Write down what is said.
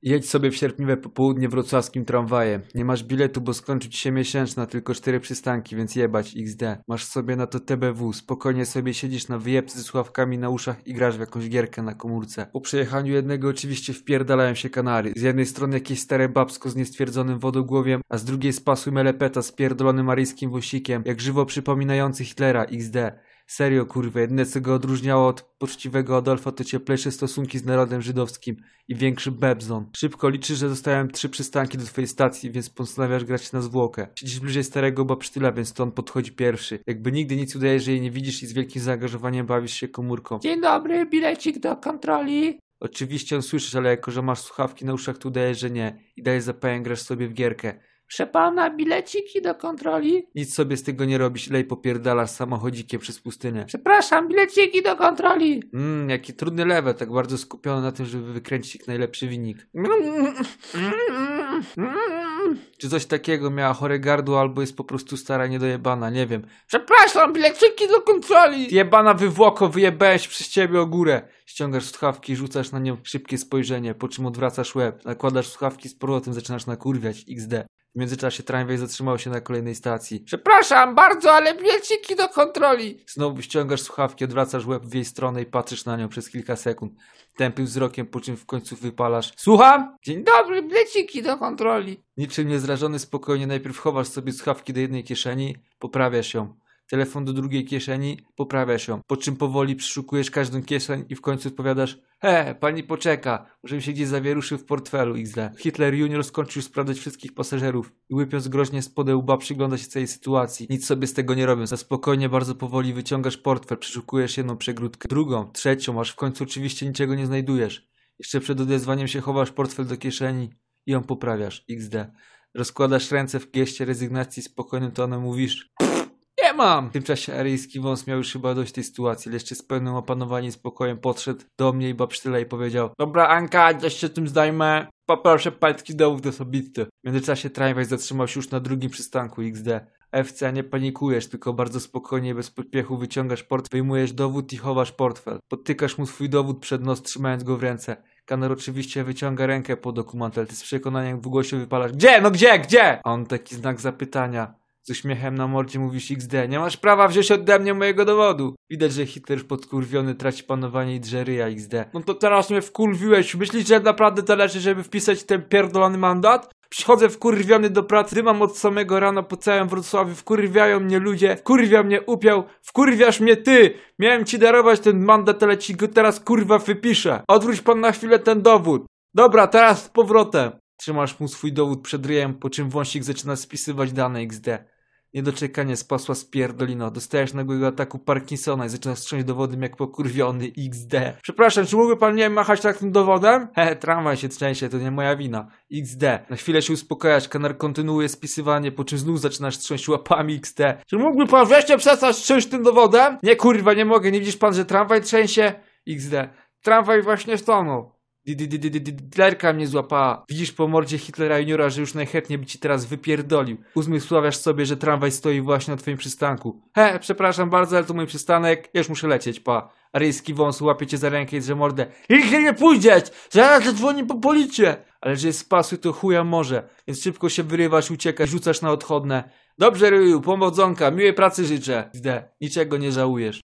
Jedź sobie w sierpniowe popołudnie wrocławskim tramwajem. Nie masz biletu, bo skończył ci się miesięczna, tylko 4 przystanki, więc jebać XD. Masz sobie na to TBW, spokojnie sobie siedzisz na wyjebce ze słuchawkami na uszach i grasz w jakąś gierkę na komórce. Po przejechaniu jednego oczywiście wpierdalają się kanary. Z jednej strony jakieś stare babsko z niestwierdzonym wodogłowiem, a z drugiej spasły melepeta z pierdolonym aryjskim wąsikiem, jak żywo przypominający Hitlera XD. Serio kurwa, jedyne co go odróżniało od poczciwego Adolfa to cieplejsze stosunki z narodem żydowskim i większy bebzon. Szybko liczysz, że dostałem 3 przystanki do twojej stacji, więc postanawiasz grać na zwłokę. Siedzisz bliżej starego babsztyla, więc to on podchodzi pierwszy. Jakby nigdy nic udajesz, że jej nie widzisz i z wielkim zaangażowaniem bawisz się komórką. Dzień dobry, bilecik do kontroli. Oczywiście on słyszysz, ale jako że masz słuchawki na uszach, to udajesz, że nie. I dajesz zapałem, grasz sobie w gierkę. Proszę pana, bileciki do kontroli. Nic sobie z tego nie robisz, ile popierdalasz samochodzikiem przez pustynię. Przepraszam, bileciki do kontroli. Jaki trudny level, tak bardzo skupiony na tym, żeby wykręcić jak najlepszy wynik. Czy coś takiego, miała chore gardło, albo jest po prostu stara niedojebana, nie wiem. Przepraszam, bileciki do kontroli. Jebana wywłoko, wyjebałeś przez ciebie o górę. Ściągasz słuchawki i rzucasz na nią szybkie spojrzenie, po czym odwracasz łeb. Nakładasz słuchawki z powrotem, zaczynasz nakurwiać XD. W międzyczasie tramwaj zatrzymał się na kolejnej stacji. Przepraszam bardzo, ale bileciki do kontroli. Znowu ściągasz słuchawki, odwracasz łeb w jej stronę i patrzysz na nią przez kilka sekund. Tępym wzrokiem, po czym w końcu wypalasz. Słucham? Dzień dobry, bileciki do kontroli. Niczym niezrażony spokojnie najpierw chowasz sobie słuchawki do jednej kieszeni, poprawiasz ją. Telefon do drugiej kieszeni, poprawiasz ją. Po czym powoli przeszukujesz każdą kieszeń i w końcu odpowiadasz: pani poczeka, żebym się gdzieś zawieruszył w portfelu XD. Hitler Junior skończył sprawdzać wszystkich pasażerów i łypiąc groźnie spod łba przygląda się całej sytuacji. Nic sobie z tego nie robiąc. Na spokojnie, bardzo powoli wyciągasz portfel, przeszukujesz jedną przegródkę, drugą, trzecią, aż w końcu oczywiście niczego nie znajdujesz. Jeszcze przed odezwaniem się chowasz portfel do kieszeni i ją poprawiasz XD. Rozkładasz ręce w geście rezygnacji, spokojnym tonem mówisz: nie mam! W tym czasie aryjski wąs miał już chyba dość tej sytuacji, ale jeszcze z pełnym opanowaniem i spokojem podszedł do mnie i babsztyla i powiedział: dobra Anka, ja się tym zajmę. Poproszę pański dowód osobisty. W międzyczasie tramwaj zatrzymał się już na drugim przystanku XD. FC, nie panikujesz, tylko bardzo spokojnie, bez pośpiechu wyciągasz portfel, wyjmujesz dowód i chowasz portfel. Podtykasz mu swój dowód przed nos, trzymając go w ręce. Kanar oczywiście wyciąga rękę po dokument, ale ty z przekonaniem w głosie wypalasz: gdzie? No gdzie? A on taki znak zapytania. Z uśmiechem na mordzie mówisz XD: nie masz prawa wziąć ode mnie mojego dowodu. Widać, że Hitler już podkurwiony traci panowanie i drze ryja XD. No to teraz mnie wkurwiłeś. Myślisz, że naprawdę zależy, żeby wpisać ten pierdolony mandat? Przychodzę wkurwiony do pracy, mam od samego rana po całym Wrocławiu, wkurwiają mnie ludzie, wkurwia mnie upiał, wkurwiasz mnie ty! Miałem ci darować ten mandat, ale ci go teraz kurwa wypiszę. Odwróć pan na chwilę ten dowód. Dobra, teraz z powrotem. Trzymasz mu swój dowód przed ryjem, po czym wąsik zaczyna spisywać dane XD. Niedoczekanie spasła spierdolino. Dostajesz nagłego ataku Parkinsona i zaczynasz strząść dowodem jak pokurwiony XD. Przepraszam, czy mógłby pan nie machać tak tym dowodem? Tramwaj się trzęsie, to nie moja wina. XD. Na chwilę się uspokajasz, kanar kontynuuje spisywanie, po czym znów zaczynasz trząść łapami XD. Czy mógłby pan wreszcie przestać trząść tym dowodem? Nie kurwa, nie mogę, nie widzisz pan, że tramwaj trzęsie? XD. Tramwaj właśnie stanął. Hitlerka mnie złapała. Widzisz po mordzie Hitlera Juniora, że już najchętniej by ci teraz wypierdolił. Uzmysławiasz sobie, że tramwaj stoi właśnie na twoim przystanku. Przepraszam bardzo, ale to mój przystanek. Ja już muszę lecieć, pa. Aryjski wąs łapie cię za rękę i drze mordę. Nigdzie nie pójdziesz! Zaraz zadzwoni po policję! Ale że jest spasły, to chuja może. Więc szybko się wyrywasz, uciekasz, rzucasz na odchodne. Dobrze ryju, powodzonka, miłej pracy życzę. Niczego nie żałujesz.